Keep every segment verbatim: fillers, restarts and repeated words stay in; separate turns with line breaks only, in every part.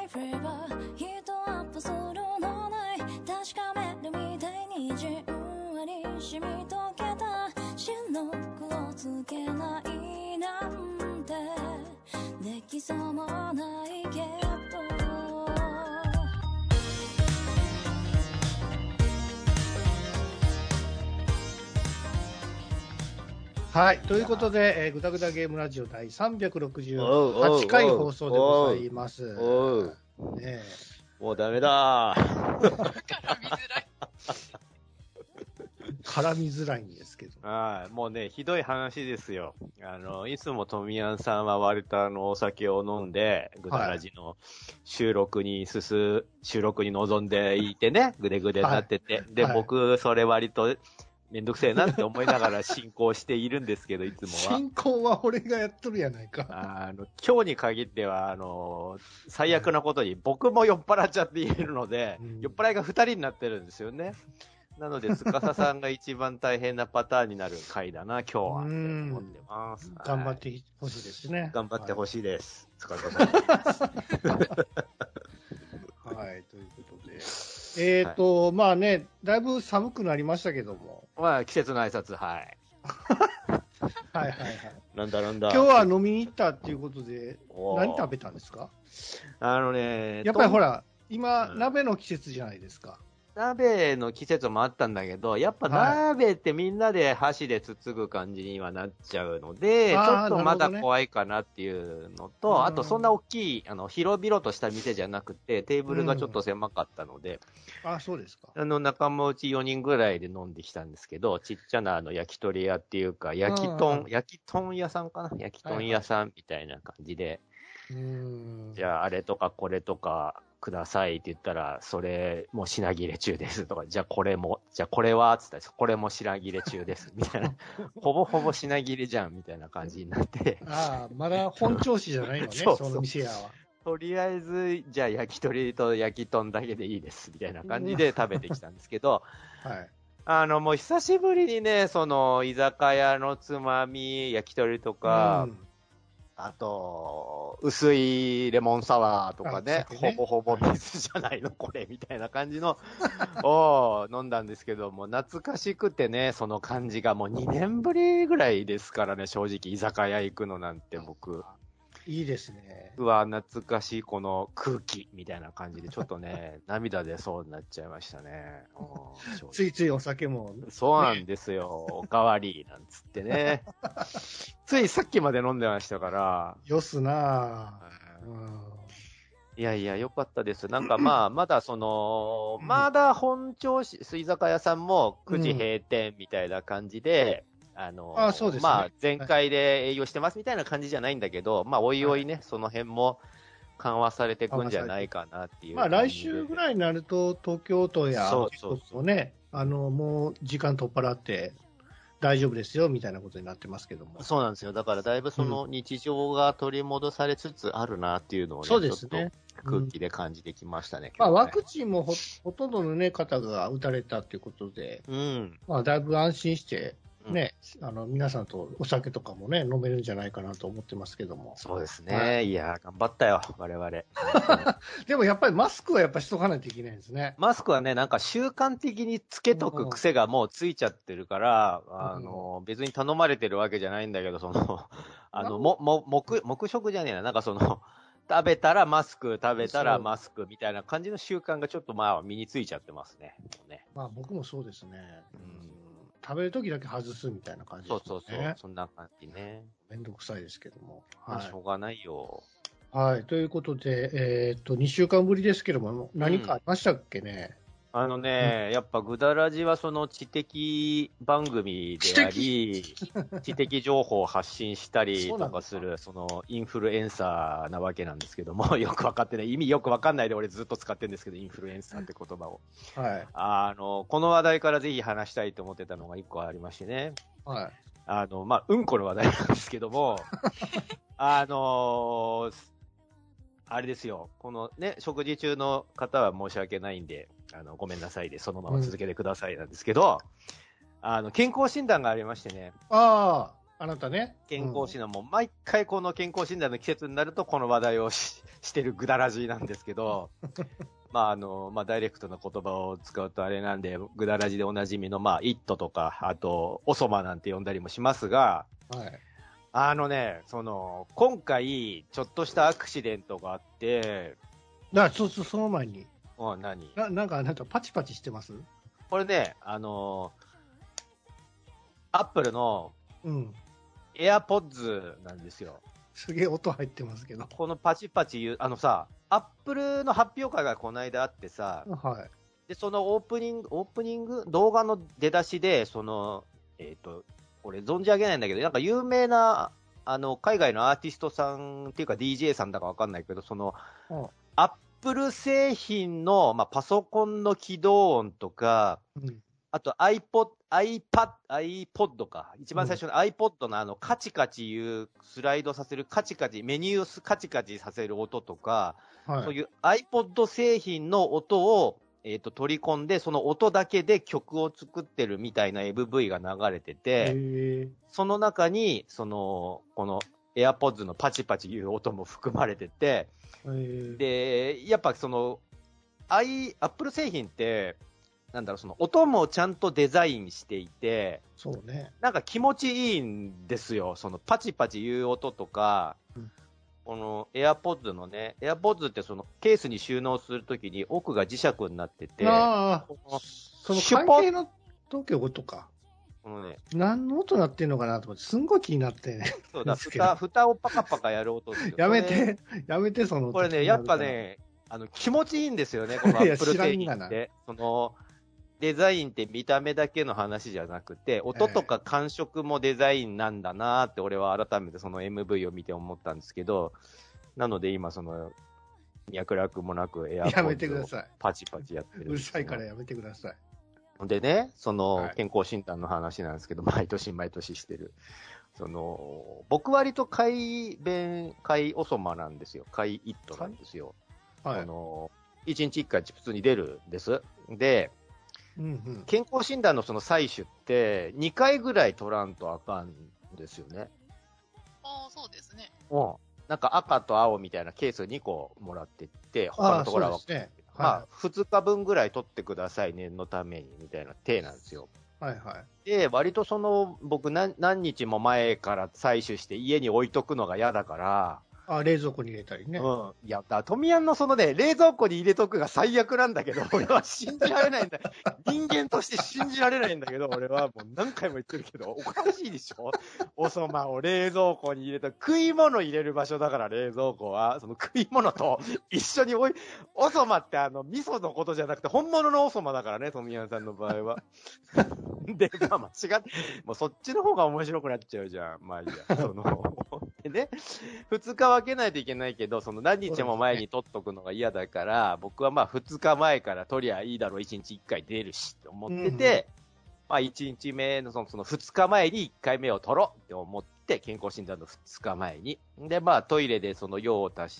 イフレーバーヒートアップするのない確かめるみたいにじんわり染み溶けた白黒をつけないなんてできそうもないけど
はい。ということで、えー、ぐだぐだゲームラジオ第さんびゃくろくじゅうはちかい放送でございます。
おうおうね、もうダメだー。
絡みづらい。
絡みづらいんですけど。
はい。もうね、ひどい話ですよ。あの、いつもトミヤンさんは割とあの、お酒を飲んで、ぐだラジの収録に進、はい、収録に臨んでいてね、ぐでぐでになってて。はい、で、はい、僕、それ割と、めんどくせえなって思いながら進行しているんですけど、いつもは。
進行は俺がやっとるやないか。
あの、今日に限っては、あの、最悪なことに僕も酔っ払っちゃっているので、うん、酔っ払いがふたりになってるんですよね。なので、司さんが一番大変なパターンになる回だな、今日は。思ってます。
頑張ってほしいですね。
頑張ってほしいです。司さんです。
はい、ということで。えっ、ー、と、はい、まあね、だいぶ寒くなりましたけども。
まあ、季節の挨拶、はい。
はいはいはい。
なんだなんだ。
今日は飲みに行ったっていうことで、何食べたんですか？
あのね、
やっぱりほら、今、うん、鍋の季節じゃないですか。
鍋の季節もあったんだけど、やっぱ鍋ってみんなで箸でつつぐ感じにはなっちゃうので、はい、ちょっとまだ怖いかなっていうのと、ね、あとそんな大きい、あの、広々とした店じゃなくて、テーブルがちょっと狭かったので、
うん、あ、そうですか。
あの、仲間内よにんぐらいで飲んできたんですけど、ちっちゃなあの、焼き鳥屋っていうか、焼き豚、焼き豚屋さんかな焼き豚屋さんみたいな感じで、
はいはい、うん
じゃああれとかこれとか、くださいって言ったら、それも品切れ中ですとか、じゃあこれも、じゃあこれはつったら、これも品切れ中ですみたいな、ほぼほぼ品切れじゃんみたいな感じになって。
ああ、まだ本調子じゃないのね、そうそうその店屋は。
とりあえず、じゃあ焼き鳥と焼き豚だけでいいですみたいな感じで食べてきたんですけど、
はい。
あの、もう久しぶりにね、その、居酒屋のつまみ、焼き鳥とか、うんあと、薄いレモンサワーとかね、ねほぼほぼ水じゃないの、これ、みたいな感じの、を飲んだんですけども、懐かしくてね、その感じがもうにねんぶりぐらいですからね、正直、居酒屋行くのなんて僕。
いいですね。
うわ、懐かしいこの空気、みたいな感じで、ちょっとね、涙出そうになっちゃいましたね。
ついついお酒も、ね。
そうなんですよ。おかわり、なんつってね。ついさっきまで飲んでましたから。
よすなぁ、
うん。いやいや、よかったです。なんかまあ、まだその、まだ本調子、居酒屋さんもくじ閉店みたいな感じで、うんあの、
ああそうですね、
まあ、全開で営業してますみたいな感じじゃないんだけど、まあ、おいおいね、はい、その辺も緩和されていくんじゃないかなっていう。
まあ、来週ぐらいになると、東京都や、そうそうそうね、あの、もう時間取っ払って大丈夫ですよ、みたいなことになってますけども。
そうなんですよ。だから、だいぶその日常が取り戻されつつあるなっていうのをね、
そうですね。
空気で感じてきましたね。
うん、まあ、ワクチンも ほ, ほとんどの、ね、方が打たれたということで、
うん
まあ、だいぶ安心して、ね、あの、皆さんとお酒とかもね、飲めるんじゃないかなと思ってますけども。
そうですね。はい、いや、頑張ったよ、我々。
でもやっぱりマスクはやっぱしとかないといけないんですね。
マスクはね、なんか習慣的につけとく癖がもうついちゃってるから、うん、あの、別に頼まれてるわけじゃないんだけど、その、あの、も、も、黙、黙食じゃねえな、なんかその、食べたらマスク、食べたらマスクみたいな感じの習慣がちょっとまあ身についちゃってますね。ね
まあ僕もそうですね。うん食べるときだけ外すみたいな感じですね。
そうそうそう。そんな感じね。
めんどくさいですけども。
はい。しょうがないよ。
はい。ということで、えー、っと、にしゅうかんぶりですけども、何かありましたっけね。
うん、あのね、うん、やっぱグダラジはその知的番組であり、知的情報を発信したりとかする、そのインフルエンサーなわけなんですけども、よくわかってない、意味よくわかんないで俺ずっと使ってるんですけど、インフルエンサーって言葉を。
はい。
あの、この話題からぜひ話したいと思ってたのが一個ありましてね。
はい。
あの、まあ、うんこの話題なんですけども、あのー、あれですよ、このね、食事中の方は申し訳ないんで、あの、ごめんなさいで、そのまま続けてくださいなんですけど、うん、あの、健康診断がありましてね。
ああ、 あなたね。
健康診断も、毎回この健康診断の季節になるとこの話題を し, してるグダラジなんですけど、まああの、まあダイレクトな言葉を使うとあれなんで、グダラジでおなじみの、まあ、イットとか、あと、おそまなんて呼んだりもしますが、
はい。
あのね、その、今回、ちょっとしたアクシデントがあって、
だそうそう、その前に。
うん、何
ななんか、なんかパチパチしてます？
これね、あの、アップルの、
うん。
AirPods なんですよ。
すげえ音入ってますけど。
このパチパチ言う、あのさ、アップルの発表会がこの間あってさ、
はい。
で、そのオープニング、オープニング動画の出だしで、その、えっ、と、俺存じ上げないんだけど、なんか有名な、あの、海外のアーティストさんっていうか ディージェー さんだかわかんないけど、その、
うん、
アップル製品の、まあ、パソコンの起動音とか、
うん、
あと iPod、iPad、iPod か。一番最初の iPod のあの、カチカチいう、スライドさせるカチカチ、メニューをカチカチさせる音とか、
はい、
そういう iPod 製品の音を、えっ、と、取り込んで、その音だけで曲を作ってるみたいな エムブイ が流れてて、その中に、その、この AirPods のパチパチいう音も含まれてて、で、やっぱその、i、Apple 製品って、なんだろう、その音もちゃんとデザインしていて、
そうね。
なんか気持ちいいんですよ。そのパチパチいう音とか、うん、この AirPods のね、AirPods ってそのケースに収納するときに奥が磁石になってて、
ああ、その会計の時音か。このね、何の音鳴ってんのかなと思って、すんごい気になってね。
そうだ、蓋、蓋をパカパカやる音ですよ。
やめて、やめて、その音。
これね、やっぱね、あの、気持ちいいんですよね、この Apple 製品って。その、デザインって見た目だけの話じゃなくて、音とか感触もデザインなんだなーって俺は改めてその エムブイ を見て思ったんですけど、なので今その、脈絡もなくエアコンをパチパチやってる。
うるさいからやめてください。
でね、その健康診断の話なんですけど、毎年毎年してる。その、僕割と海弁、海おそまなんですよ。海イットなんですよ。はい。あの、いちにちいっかい普通に出るんです。で、うんうん、健康診断のその採取ってにかいぐらい取らんとあかんですよね。
ああ、そうですね。
うん。なんか赤と青みたいなケースにこもらってって、他のところは、ね、はい、まあふつかぶんぐらい取ってください、念のためにみたいな体なんですよ。
はいはい。
で、割とその僕何、何日も前から採取して家に置いとくのが嫌だから、
あ、冷蔵庫に入れたりね。
うん。いや、だトミヤンのそのね、冷蔵庫に入れとくが最悪なんだけど、俺は信じられないんだ。人間として信じられないんだけど、俺はもう何回も言ってるけど、おかしいでしょ？おそまを冷蔵庫に入れた。食い物入れる場所だから冷蔵庫は、その食い物と一緒におい、おそまってあの、味噌のことじゃなくて本物のおそまだからね、トミヤンさんの場合は。で、まあ間違って、もうそっちの方が面白くなっちゃうじゃん。まあいいや。その、でね、二日分けないといけないけど、その何日も前に取っとくのが嫌だから、ね、僕はまあ二日前から取りゃいいだろう、一日一回出るしって思ってて、うん、まあ一日目のその、その二日前に一回目を取ろうって思って、健康診断の二日前に。で、まあトイレでその用を足して、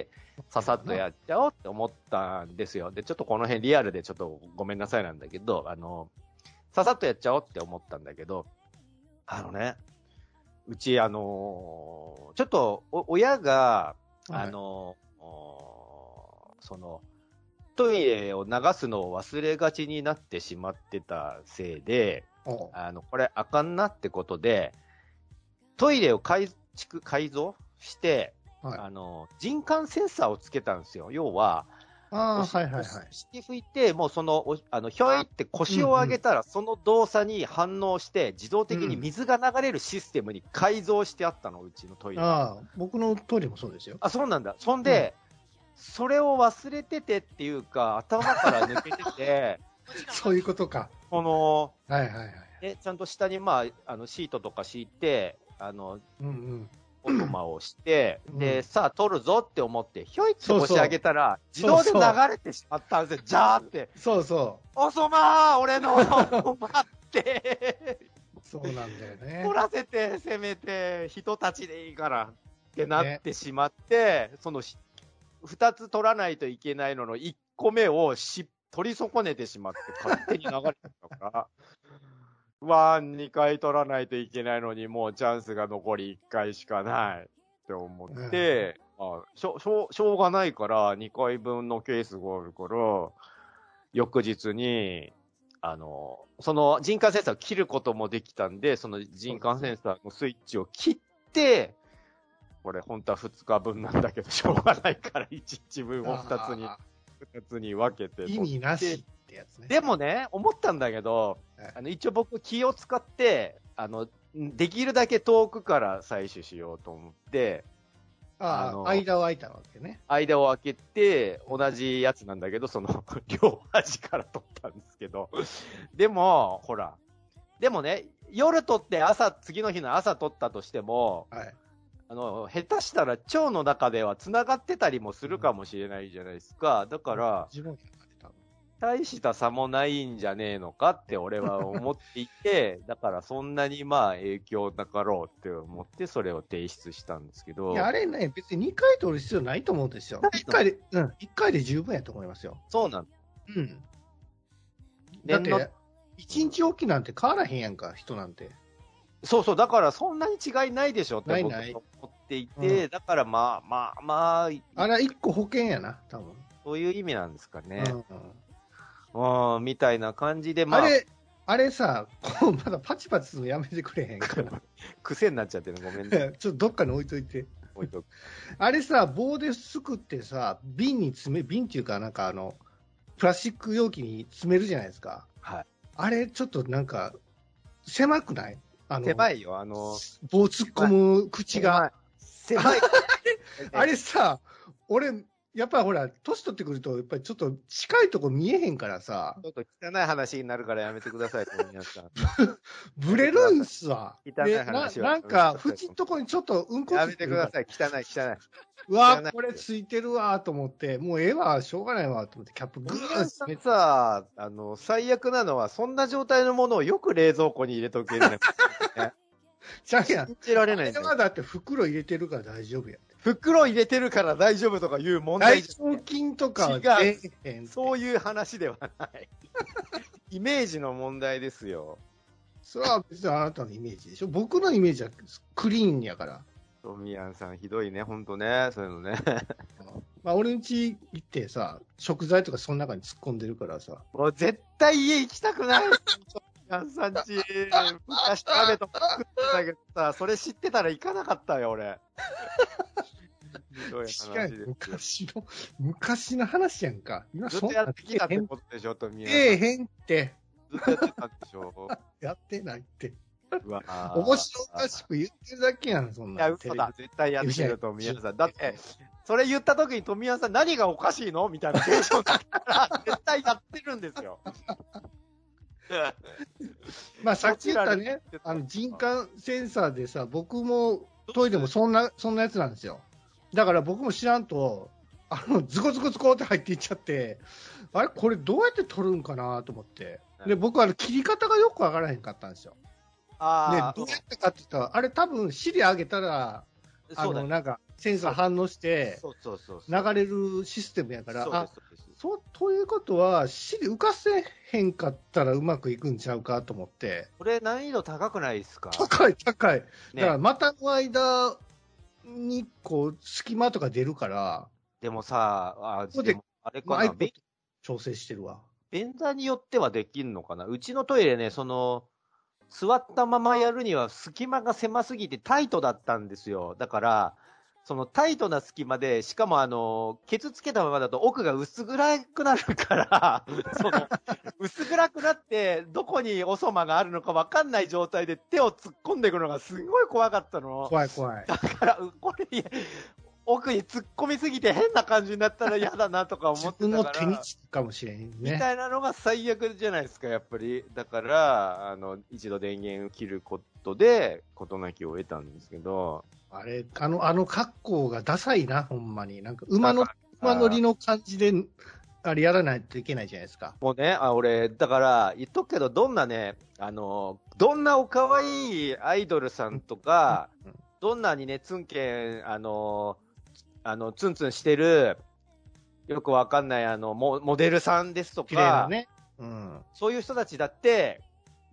ささっとやっちゃおうって思ったんですよ。で、ちょっとこの辺リアルでちょっとごめんなさいなんだけど、あの、ささっとやっちゃおうって思ったんだけど、あのね、うち、あのー、ちょっと、親が、あのー、はい、その、トイレを流すのを忘れがちになってしまってたせいで、あの、これあかんなってことで、トイレを改築、改造して、はい、あの、人感センサーをつけたんですよ。要は、
ああ、はいはいはい。
して拭いて、もうその、あの、ひょいって腰を上げたら、その動作に反応して、自動的に水が流れるシステムに改造してあったの、うちのトイレ。
ああ、僕のトイレもそうですよ。
あ、そうなんだ。そんで、うん、それを忘れててっていうか、頭から抜けてて、
そういうことか。
この、
はいはいはい。
え、ちゃんと下に、まあ、あの、シートとか敷いて、あの、うんうん。オトマをして、うん、で、さあ、取るぞって思って、ひょいって押し上げたら、そうそう自動で流れてしまったんですよ、じゃーって。
そうそう。
おそまー俺の待って
そうなんだよね。
取らせて、せめて、人たちでいいから、ってなってしまって、ね、その、二つ取らないといけないのの一個目をし、取り損ねてしまって、勝手に流れてたから、 ワンにかい取らないといけないのに、もうチャンスが残りいっかいしかないって思って、うん、あしょしょしょうがないからにかいぶんのケースがあるから、翌日に、あの、その人感センサーを切ることもできたんで、その人感センサーのスイッチを切って、これ本当はふつかぶんなんだけど、しょうがないからいちにちぶんをふたつに、ふたつに分けて。
意味なしってやつね。
でもね、思ったんだけど、はい、あの一応僕気を使って、あの、できるだけ遠くから採取しようと思って、
ああ、間を空いたわけね。
間を空けて、同じやつなんだけど、その、両端から取ったんですけど。でも、ほら。でもね、夜取って朝、次の日の朝取ったとしても、はい、あの、下手したら腸の中では繋がってたりもするかもしれないじゃないですか。だから、
自分
大した差もないんじゃねえのかって俺は思っていて、だからそんなにまあ影響なかろうって思ってそれを提出したんですけど。
いや、あれね、別ににかい取る必要ないと思うんですよ。いっかいで、うん、いっかいで十分やと思いますよ。
そうなんだ。
うん。だって、いちにちおきなんて変わらへんやんか、人なんて。
そうそう、だからそんなに違いないでしょって僕は思っていて、うん、だからまあまあまあ。
あれはいっこ保険やな、多分。
そういう意味なんですかね。うんうん、みたいな感じで、
まあ。あれ、あれさ、こうまだパチパチするのやめてくれへんから。
癖になっちゃってるのごめんね。
ちょっとどっかに置いといて。
置いとく。
あれさ、棒ですくってさ、瓶に詰め、瓶っていうかなんかあの、プラスチック容器に詰めるじゃないですか。
はい。
あれ、ちょっとなんか、狭くない？あの、
狭いよ、あの、
棒突っ込む口が。
狭い。
あれさ、俺、やっぱりほら、年取ってくると、やっぱりちょっと近いとこ見えへんからさ。
ちょっと汚い話になるからやめてください、皆さん。
ブレるんすわ。
汚い話は。
な, なんか、縁のとこにちょっとうんこついてる。
やめてください、汚い、汚い。
うわこれついてるわと思って、もうええわ、しょうがないわと思って、キャップグーッて。
さあ、あの、最悪なのは、そんな状態のものをよく冷蔵庫に入れとけるね。
じゃあや、
信じられないん
だよ。だって袋入れてるから大丈夫や。
袋入れてるから大丈夫とかいう問題
じゃない。大腸菌とかは
違う。そういう話ではない。イメージの問題ですよ。
それは別にあなたのイメージでしょ。僕のイメージはクリーンやから。
トミヤンさんひどいね、ほんとね、そういうのね。
まあ俺ん家行ってさ、食材とかその中に突っ込んでるからさ。
もう絶対家行きたくない。トミヤンさんち、昔食べとか食ってたけどさ、それ知ってたら行かなかったよ、俺。ひどい話ですよ。
昔の、昔の話やんか。
今ずっとやってきたってことでしょ、トミヤン。
ええへんって。
ずっとやってたんでしょ。
やってないって。
うわ
面白おかしく言ってるだけやん、そんな。
いや、嘘だ。絶対やってる、トミヤンさん。だって、それ言った時にトミヤンさん何がおかしいのみたいなテンションだったら、絶対やってるんですよ。
まあさっき言ったね、あの人感センサーでさ、僕もトイレもそんな、そんなやつなんですよ。だから僕も知らんと、あの、ズコズコズコって入っていっちゃって、あれこれどうやって取るんかなと思って。で、僕はあの切り方がよくわからへんかったんですよ。
ああ。
で、どうやってかって言ったら、あれ多分尻上げたら、あの、なんか、センサー反応して、流れるシステムやから、あ、そう、ということは、尻浮かせへんかったらうまくいくんちゃうかと思って。
これ難易度高くないですか？
高い、高い。だから、股の間に、こう、隙間とか出るから。
でもさ、あ、
でも
あれかな、
調整してるわ。
便座によってはできんのかな？うちのトイレね、その、座ったままやるには隙間が狭すぎてタイトだったんですよ。だから、そのタイトな隙間で、しかもあの、ケツつけたままだと奥が薄暗くなるから、その、薄暗くなって、どこにおそまがあるのかわかんない状態で手を突っ込んでいくのがすごい怖かったの。
怖い怖い。
だから、これ、奥に突っ込みすぎて変な感じになったら嫌だなとか思ってたから。
自分の手につくかもしれんね。
みたいなのが最悪じゃないですか、やっぱり。だから、あの、一度電源を切ることで、事なきを得たんですけど。
あれ、あの、あの格好がダサいな、ほんまに。なんか、馬の、馬乗りの感じで、あれやらないといけないじゃないですか。
もうね、あ、俺、だから、言っとくけど、どんなね、あの、どんなお可愛いアイドルさんとか、うんうん、どんなにね、ツンケン、あの、あの、ツンツンしてる、よくわかんない、あの、モ、モデルさんですとか、
ね、うん、
そういう人たちだって、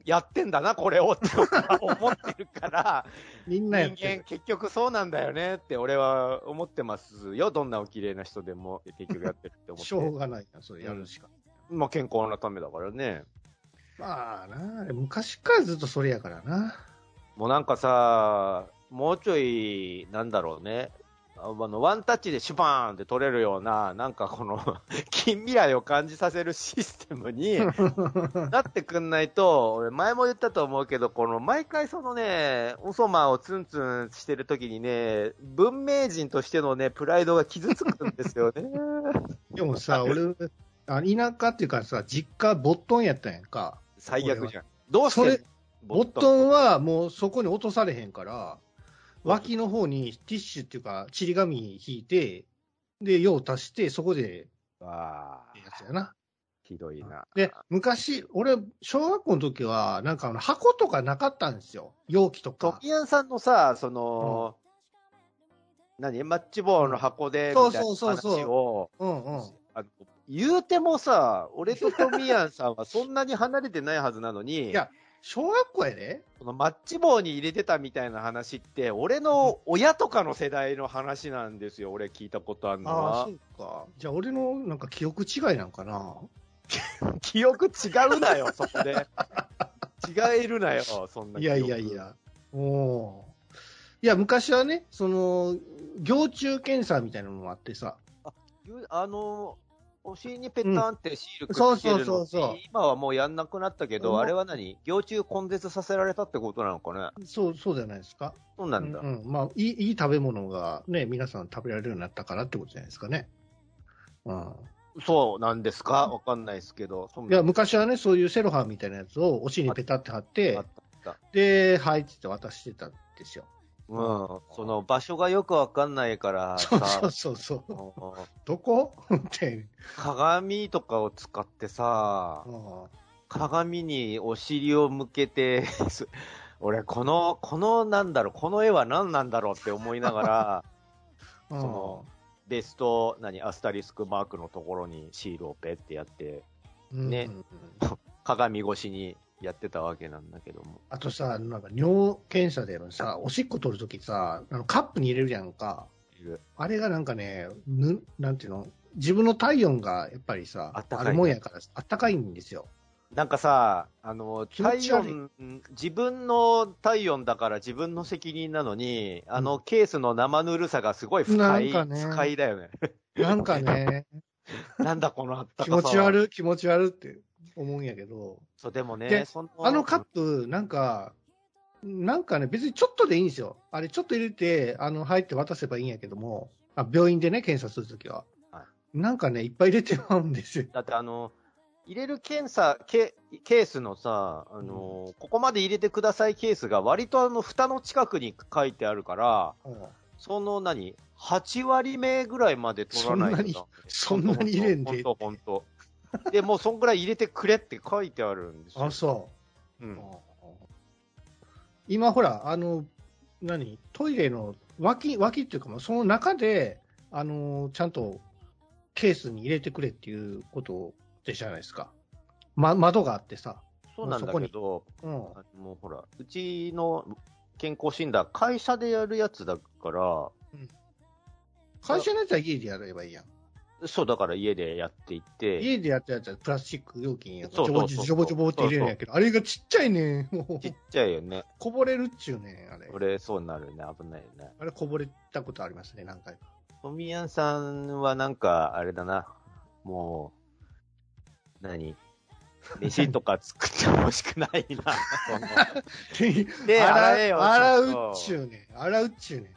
やってんだな、これをって思ってるから、
みんなやっ
人
てる。
間結局そうなんだよねって俺は思ってますよ。どんなお綺麗な人でも結局やってるって思って。
しょうがないな、それやるしか。
うん、まあ健康のためだからね。
まあな、昔からずっとそれやからな。
もうなんかさ、もうちょい、なんだろうね。あの、ワンタッチでシュバーンって取れるような、なんかこの、近未来を感じさせるシステムになってくんないと、俺前も言ったと思うけど、この毎回そのね、おそまをツンツンしてる時にね、文明人としてのね、プライドが傷つくんですよね。
でもさ、俺、あ田舎っていうかさ、実家、ボットンやったんやんか。
最悪じゃん。どうして
それ、ボットンはもうそこに落とされへんから、脇の方にティッシュっていうか、ちり紙引いて、で、用を足して、そこで、
ああ、
やつやな。
ひどいな。
で、昔、俺、小学校の時は、なんかあの箱とかなかったんですよ。容器とか。
富谷さんのさ、その、うん、何マッチ棒の箱で、みたいな話を、
うんうん。
あの言うてもさ、俺とトミヤンさんはそんなに離れてないはずなのに、
いや、小学校やで、
そのマッチ棒に入れてたみたいな話って、俺の親とかの世代の話なんですよ、俺聞いたことあるのは。
ああ、そうか。じゃあ俺のなんか記憶違いなんかな。
記憶違うなよ、そこで。違えるなよ、そんな。
いやいやいや。おいや、昔はね、その、蟯虫検査みたいなのもあってさ。
あ、あの、お尻にペタンってシールくっつけるの、
そうそうそうそう、
今はもうやんなくなったけど、あれは何蟯虫根絶させられたってことなのかね。
そう、そうじゃないですか。
そうなんだ。
うんうん、まあいい、いい食べ物がね、皆さん食べられるようになったからってことじゃないですかね。うん。
そうなんですかわかんないですけど。
いや、昔はね、そういうセロハンみたいなやつをお尻にペタって貼って、で、はいって言って渡してたんですよ。
うん。その場所がよくわかんないからさ。
そうそうそうそう。どこって。
鏡とかを使ってさ、鏡にお尻を向けて、俺、この、このなんだろう、この絵は何なんだろうって思いながら、その、ベスト、何、アスタリスクマークのところにシールをペってやって、ね、うんうん、鏡越しにやってたわけなんだけども。
あとさ、なんか尿検査でもさ、おしっこ取るときさ、あのカップに入れるじゃんか。あれがなんかね、ぬなんていうの、自分の体温がやっぱりさ、あ, あるもんやからあったかいんですよ。
なんかさ、あの、体温、自分の体温だから自分の責任なのに、あのケースの生ぬるさがすごい不快、うんね、不快だよね。
なんかね、
なんだこのあったかさ。
気持ち悪い、気持ち悪いって思うんやけど。
そう、でもね、
そのあのカップ、なんか、なんかね、別にちょっとでいいんですよ。あれ、ちょっと入れて、あの、入って渡せばいいんやけども、あ病院でね、検査するときは、はい。なんかね、いっぱい入れてまうんですよ。
だってあの、入れる検査、ケ, ケースのさ、あのーうん、ここまで入れてくださいケースが割とあの、蓋の近くに書いてあるから、うん、その何 ?はち 割目ぐらいまで取らないと。
そんなに、そんなに入れんで。
ほんとほんと。で、もうそんぐらい入れてくれって書いてあるんですよ。
あ、そ
う。うん。
今ほら、あの、何トイレの脇、脇っていうか、その中で、あの、ちゃんとケースに入れてくれっていうことでじゃないですか。ま、窓があってさ。
そうなんだけど、うん、もうほら、うちの健康診断、会社でやるやつだから、うん、
会社のやつは家でやればいいやん。
そう、だから家でやっていって。
家でやったやつはプラスチック料金やから、ちょぼちょぼちょぼって入れるんやけど、あれがちっちゃいねん。もう
ちっちゃいよね。
こぼれるっちゅうねん、あれ。
俺、そうなるね。危ないよね。
あれこぼれたことありますね、何回か。
トミヤンさんはなんか、あれだな。もう、何飯とか作ってほしくないな。そので、洗えよ。
洗うっちゅうねん。洗うっちゅうねん。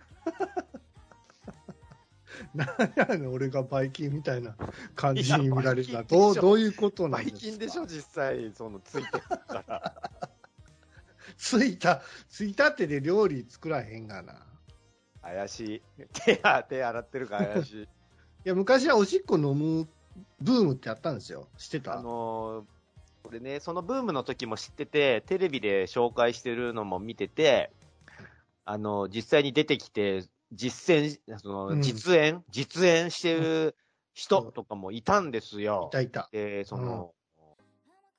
なんやねん、俺がバイキンみたいな感じに見られるのは、どう、どういうことなんですか。
バイキンでしょ、実際、その、ついてるから。
ついた、ついた手で料理作らへんがな。
怪しい。手、手洗ってるから怪しい。い
や、昔はおしっこ飲むブームってあったんですよ。知ってた？
あのー、これね、そのブームの時も知ってて、テレビで紹介してるのも見てて、あのー、実際に出てきて、実践、その、うん、実演実演してる人とかもいたんですよ。
いたいた。
で、その、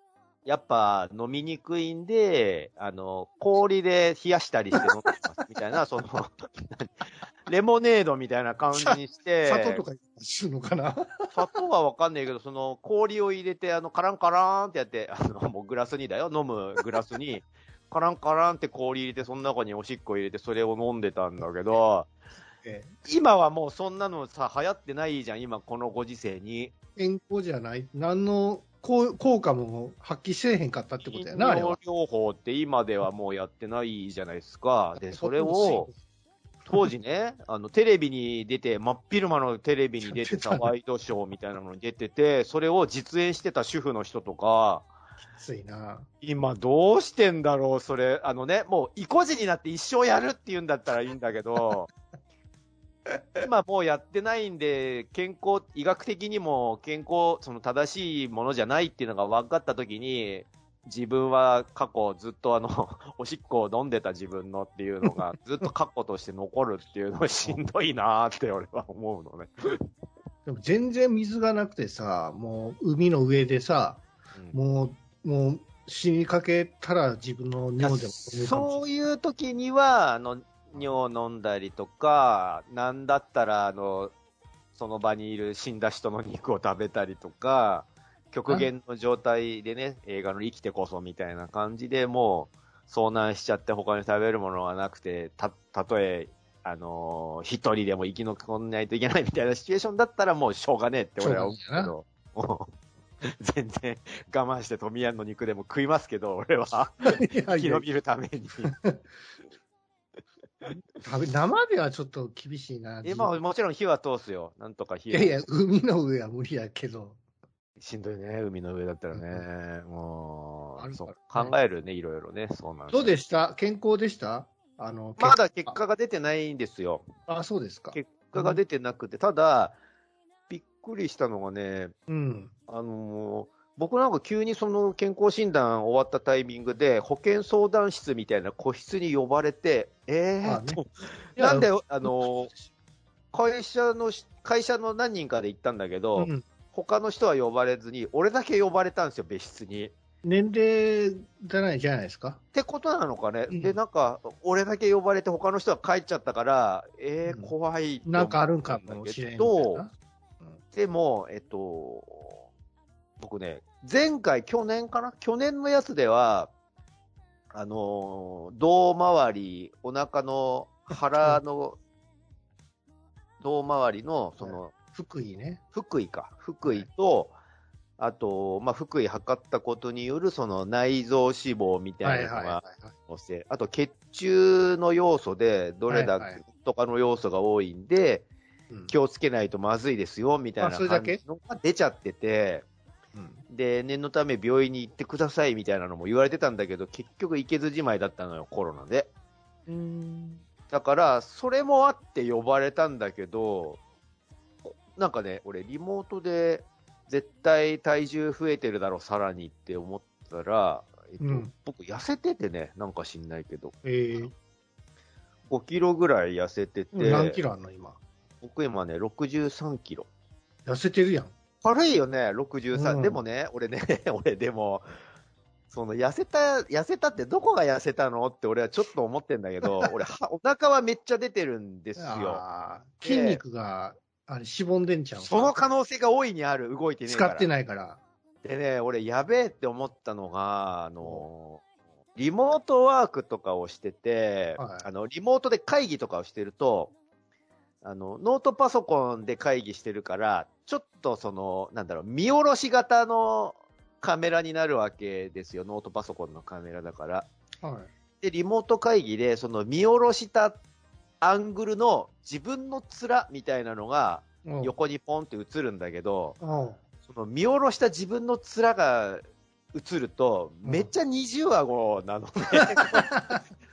やっぱ飲みにくいんで、あの、氷で冷やしたりして飲んでますみたいな、その、レモネードみたいな感じにして、
砂糖とかするのかな。
砂糖はわかんないけど、その氷を入れて、あの、カランカラーンってやって、あの、もうグラスにだよ、飲むグラスに、カランカランって氷入れて、その中におしっこ入れて、それを飲んでたんだけど、ええ、今はもうそんなのさ、流行ってないじゃん、今このご時世に。
健康じゃない、何の効果も発揮せえへんかったってことやな、あれは。
療法って今ではもうやってないじゃないですか。で、それを、当時ね、あの、テレビに出て、真っ昼間のテレビに出てさ、ワイドショーみたいなのに出てて、それを実演してた主婦の人とか、
きついな。
今どうしてんだろう、それ。あのね、もう、意固地になって一生やるって言うんだったらいいんだけど、今もうやってないんで、健康、医学的にも健康、その正しいものじゃないっていうのが分かったときに、自分は過去ずっとあの、おしっこを飲んでた自分のっていうのがずっと過去として残るっていうのはしんどいなーって俺は思うのね。
でも全然水がなくてさ、もう海の上でさ、うん、もう、もう死にかけたら自分の尿でも
そういう時には、あの、尿を飲んだりとか、なんだったら、あの、その場にいる死んだ人の肉を食べたりとか、極限の状態でね、映画の生きてこそみたいな感じでもう遭難しちゃって他に食べるものがなくて、た、たとえ、あのー、一人でも生き残んないといけないみたいなシチュエーションだったらもうしょうがねえって俺は思うけど、全然我慢して富谷の肉でも食いますけど、俺は。生き延びるために。
食べ生ではちょっと厳しいな。
え、まあもちろん火は通すよ。なんとか火
は。いやいや、海の上は無理やけど。
しんどいね、海の上だったらね。うん、もう、そう、考えるね、いろいろね、そうなんです。
どうでした？健康でした？あの、
まだ結果が出てないんですよ。
あ、そうですか。
結果が出てなくて、うん、ただ、びっくりしたのがね、
うん。
あの、僕なんか急にその健康診断終わったタイミングで、保健相談室みたいな個室に呼ばれて、えーっと、ね、なんで、あの、会社の、会社の何人かで行ったんだけど、うん、他の人は呼ばれずに、俺だけ呼ばれたんですよ、別室に。
年齢じゃないじゃないですか。
ってことなのかね。うん、で、なんか、俺だけ呼ばれて他の人は帰っちゃったから、えー、うん、怖いって思ったんだけど。
なんかあるんかもしれんな。
でも、えっと、僕ね、前回、去年かな去年のやつでは、あの、胴回り、お腹の腹の胴回りの、その、
腹囲ね。
腹囲か。腹囲と、はい、あと、まあ、腹囲測ったことによる、その内臓脂肪みたいなのが載せ、あと血中の要素で、どれだけとかの要素が多いんで、はいはい、気をつけないとまずいですよ、みたいな感じのが出ちゃってて、うん、で、念のため病院に行ってくださいみたいなのも言われてたんだけど、結局行けずじまいだったのよ、コロナで。
うーん
だから、それもあって呼ばれたんだけど、なんかね、俺リモートで絶対体重増えてるだろう、さらにって思ったら、えっとうん、僕痩せててね、なんか知んないけど。
えー、
ごキロぐらい痩せてて。
何キロあんの今？
僕今ね、ろくじゅうさんキロ。
痩せてるやん。
軽いよね、ろくじゅうさん。うん、でもね、俺ね、俺でも、その痩せた、痩せたってどこが痩せたのって俺はちょっと思ってんだけど、俺は、お腹はめっちゃ出てるんですよ。
筋肉が、あれ、しぼんでんちゃう。
その可能性が大いにある、動いてねえから。
使ってないから。
でね、俺やべえって思ったのが、あの、リモートワークとかをしてて、はい、あの、リモートで会議とかをしてると、あの、ノートパソコンで会議してるから、ちょっとその、なんだろう、見下ろし型のカメラになるわけですよ。ノートパソコンのカメラだから。
はい。
で、リモート会議で、その見下ろしたアングルの自分の面みたいなのが横にポンって映るんだけど、その見下ろした自分の面が映ると、めっちゃ二重顎なのね。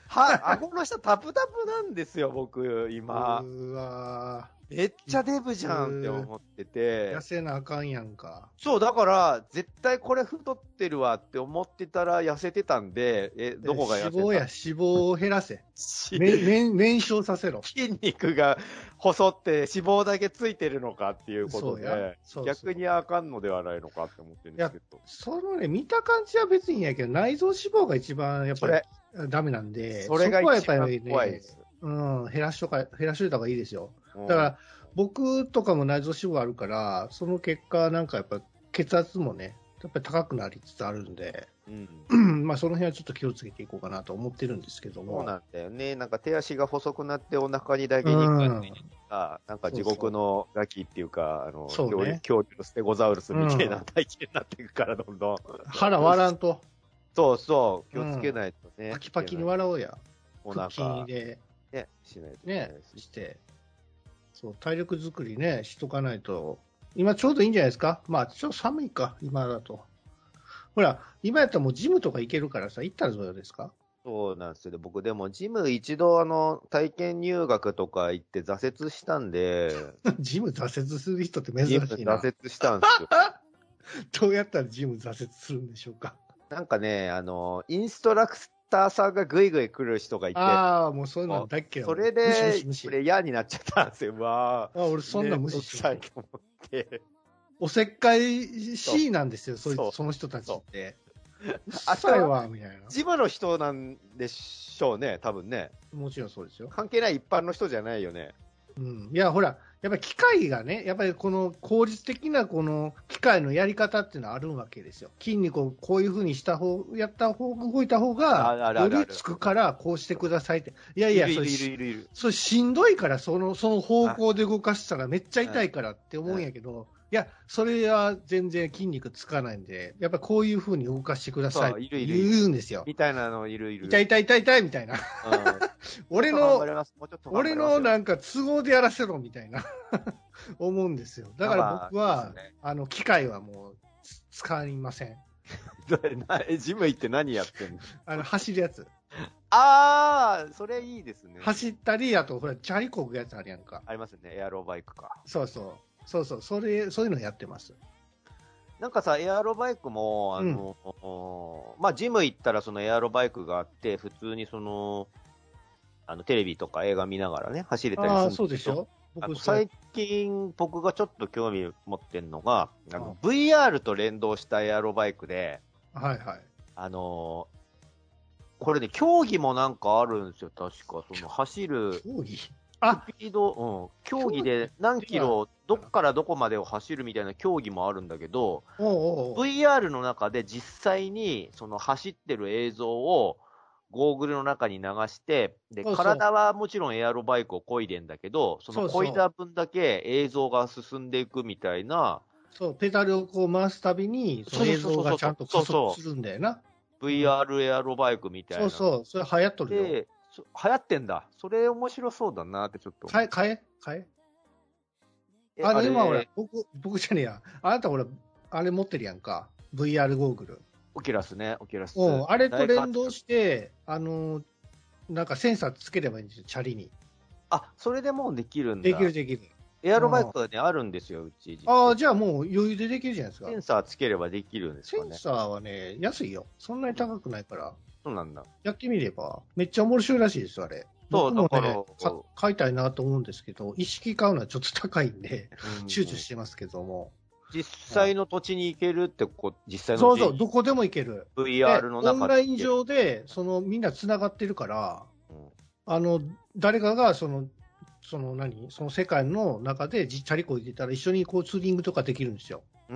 は、顎の下タプタプなんですよ、僕、今。
うわ
めっちゃデブじゃんって思ってて。
痩せなあかんやんか。
そう、だから、絶対これ太ってるわって思ってたら痩せてたんで、え、どこが痩せた？
脂肪や、脂肪を減らせ。めめ燃焼させろ。
筋肉が細って脂肪だけついてるのかっていうことで、
そうやそうそう
逆にあかんのではないのかって思ってるんですけど。
そのね、見た感じは別にいいんやけど、内臓脂肪が一番やっぱりダメなんで、
それが一番
そこはやっぱりね、
怖いです。
うん、減らしとか、減らしといた方がいいですよ。
うん、
だから、僕とかも内臓脂肪あるから、その結果、なんかやっぱ血圧もね、やっぱり高くなりつつあるんで、うん、まあその辺はちょっと気をつけていこうかなと思ってるんですけども。
そうなんだよね。なんか手足が細くなってお腹にだけ肉がついてるか、なんか地獄のガキっていうか、あの、
そうね、
恐竜のステゴザウルスみたいな体型になっていくから、どんどん。
腹割らんと。
そうそう、気をつけないとね。
うん、パキパキに笑おうや。
お腹
で。
ね、しないと
ね、して。そう、体力作りね、しとかないと。今ちょうどいいんじゃないですか。まあ、ちょっと寒いか、今だと。ほら、今やったらもうジムとか行けるからさ、行ったらどうですか？
そうなんですよ。僕でもジム一度あの、体験入学とか行って挫折したんで。
ジム挫折する人って珍しいな。
ジム挫折したんですよ。
どうやったらジム挫折するんでしょうか。
なんかね、あの、インストラクターさんがぐいぐい来る人がいて。
ああ、もうそういうのだっけ。
それで、これ嫌になっちゃったんですよ。わ
あ、俺そんな無視
したいと思って。
おせっかい C なんですよ、そそその人たちって。あっさいわ、みたいな。
ジムの人なんでしょうね、多分ね。
もちろんそうですよ。
関係ない一般の人じゃないよね。
うん。いや、ほら、やっぱり機械がね、やっぱりこの効率的なこの機械のやり方っていうのはあるわけですよ。筋肉をこういうふうにした方、やった方、動いた方が、よりつくからこうしてくださいって。いやいや、それ、それしんどいから、その、その方向で動かしたらめっちゃ痛いからって思うんやけど、いや、それは全然筋肉つかないんで、やっぱりこういうふうに動かしてくださいって言うんですよ。
みたいなのいるいる。
痛い痛い痛い痛いみたいな。俺の、俺のなんか都合でやらせろみたいな思うんですよ。だから僕は、ね、あの、機械はもう使いません。
ジム行って何やってんの？
あの、走るやつ。
ああ、それいいですね。
走ったり、あと、ほら、チャリこぐやつあるやんか。
ありますね、エアロバイクか。
そうそう。そうそう、それ、そういうのやってます。
なんかさ、エアロバイクも、あの、うん、まあ、ジム行ったらそのエアロバイクがあって、普通にその、あの、テレビとか映画見ながらね、走れたりするんですけど。ああ、そうでしょ？僕最近、僕がちょっと興味持ってんのが、あの、ブイアール と連動したエアロバイクで、
はいはい。
あの、これね、競技もなんかあるんですよ、確か。その、走る。
競技？
あ、スピード、うん、競技で何キロ、どっからどこまでを走るみたいな競技もあるんだけど、
おうおう
ブイアール の中で実際にその走ってる映像をゴーグルの中に流して、で、
そうそう
体はもちろんエアロバイクを漕いでんだけど、その漕いだ分だけ映像が進んでいくみたいな。
そう、ペダルをこう回すたびに、その映像がちゃんと加速するんだよな。
ブイアール エアロバイクみたいな。
そうそう、それ流行っとるよ。
で流行ってんだ。それ面白そうだなってちょっと。
買え、買え、買え。あの、今ほら、僕、僕じゃねえや。あなたほら、あれ持ってるやんか。ブイアール ゴーグル。
オキュラスね、オキュラス。
うん、あれと連動して、あの、なんかセンサーつければいいんですよ、チャリに。
あ、それでもうできるんだ。
できるできる。
エアロバイクはね、あるんですよ、うち。
ああ、じゃあもう余裕でできるじゃないですか。
センサーつければできるんですかね。
センサーはね、安いよ。そんなに高くないから。
そうなんだ。
やってみれば、めっちゃ面白いらしいですよ、あれ。
そう、
僕もね、
だから
か買いたいなと思うんですけど、一式買うのはちょっと高いんで、躊躇してますけども。
実際の土地に行けるってこ、実際の
そうそう、どこでも行ける。
ブイアール の中で。
オンライン上で、その、みんな繋がってるから、うん、あの、誰かが、その、その何その世界の中でチャリこいでたら一緒にこうツーリングとかできるんですよ。
うん。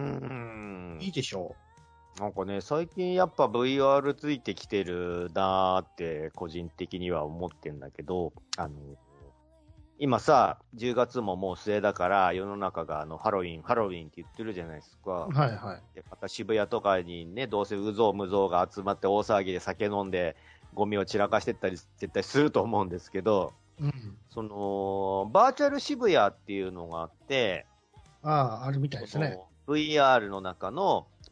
いいでしょ
う。なんかね、最近やっぱ ブイアール ついてきてるなーって個人的には思ってんだけど、あの、今さ、じゅうがつももう末だから世の中があのハロウィン、ハロウィンって言ってるじゃないですか。
はいはい。
でまた渋谷とかにね、どうせうぞうむぞうが集まって大騒ぎで酒飲んでゴミを散らかしてったり絶対すると思うんですけど、
うん、
その、バーチャル渋谷っていうのがあって、
ああ、あるみたいですね。
ブイアール の中の、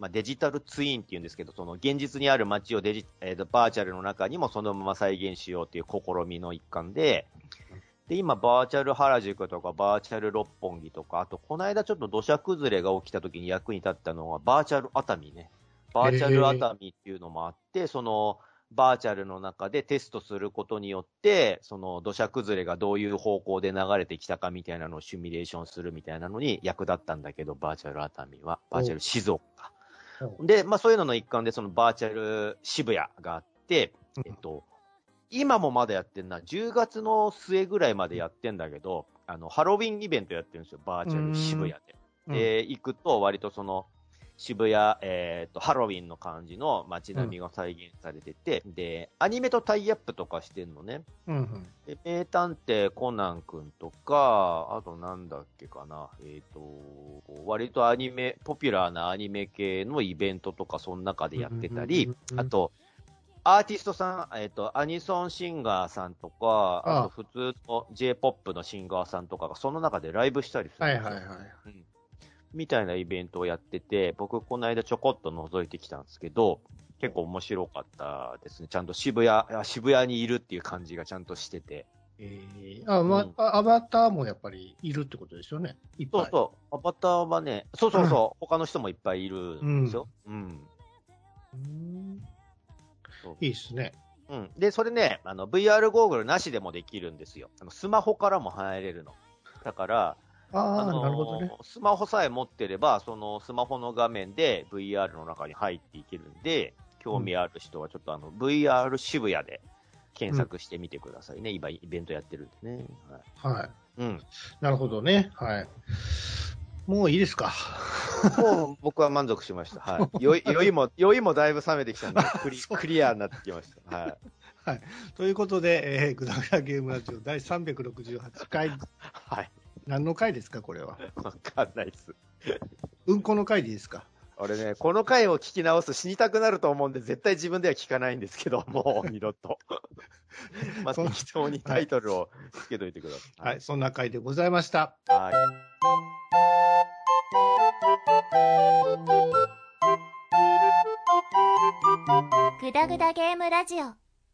まあ、デジタルツインっていうんですけど、その現実にある街をデジ、えーと、バーチャルの中にもそのまま再現しようという試みの一環で、で、今、バーチャル原宿とか、バーチャル六本木とか、あと、この間ちょっと土砂崩れが起きた時に役に立ったのは、バーチャル熱海ね。バーチャル熱海っていうのもあって、その、バーチャルの中でテストすることによって、その土砂崩れがどういう方向で流れてきたかみたいなのをシミュレーションするみたいなのに役立ったんだけど、バーチャル熱海は、バーチャル静岡。で、まあそういうのの一環で、そのバーチャル渋谷があって、えっと、今もまだやってんな、じゅうがつの末ぐらいまでやってんだけど、あの、ハロウィンイベントやってるんですよ、バーチャル渋谷で。で、行くと割とその、渋谷、えっと、ハロウィンの感じの街並みが再現されてて、うん、で、アニメとタイアップとかしてんのね。うんうん、で、名探偵コナン君とか、あとなんだっけかな、えっと、割とアニメ、ポピュラーなアニメ系のイベントとかその中でやってたり、うんうんうん、あと、アーティストさん、えっと、アニソンシンガーさんとか、あと普通の J-ポップ のシンガーさんとかがその中でライブしたりするんですよ。はいはいはい。うんみたいなイベントをやってて、僕この間ちょこっと覗いてきたんですけど、結構面白かったですね。ちゃんと渋谷、渋谷にいるっていう感じがちゃんとしてて。
えー、あ、ま、うん、アバターもやっぱりいるってことですよね。いっぱい。
そうそう。アバターはね、そうそうそう、他の人もいっぱいいるんですよ。うん。うん、
いいっすね。
うん。で、それね、あの、ブイアール ゴーグルなしでもできるんですよ。あのスマホからも入れるの。だから、
ああのー、なるほどね。
スマホさえ持ってれば、そのスマホの画面で ブイアール の中に入っていけるんで、興味ある人はちょっとあの、うん、ブイアール 渋谷で検索してみてくださいね。うん、今、イベントやってるんでね。
はい。はい。
うん。
なるほどね。はい。もういいですか。
もう僕は満足しました。はい。酔い、酔いも、酔いもだいぶ冷めてきたんで、クリ、クリアになってきました。はい。
はい。ということで、えー、グダグダゲームラジオだいさんびゃくろくじゅうはちかい。
はい。
何の回ですか、これは。
わかんないです。
うんこの回でいいですか。
俺ね、この回を聞き直す死にたくなると思うんで、絶対自分では聞かないんですけど、もう二度と。まあ、適当にタイトルをつけといてください。
はい、はい、そんな回でございました。
はい。
グダグダゲームラジオ。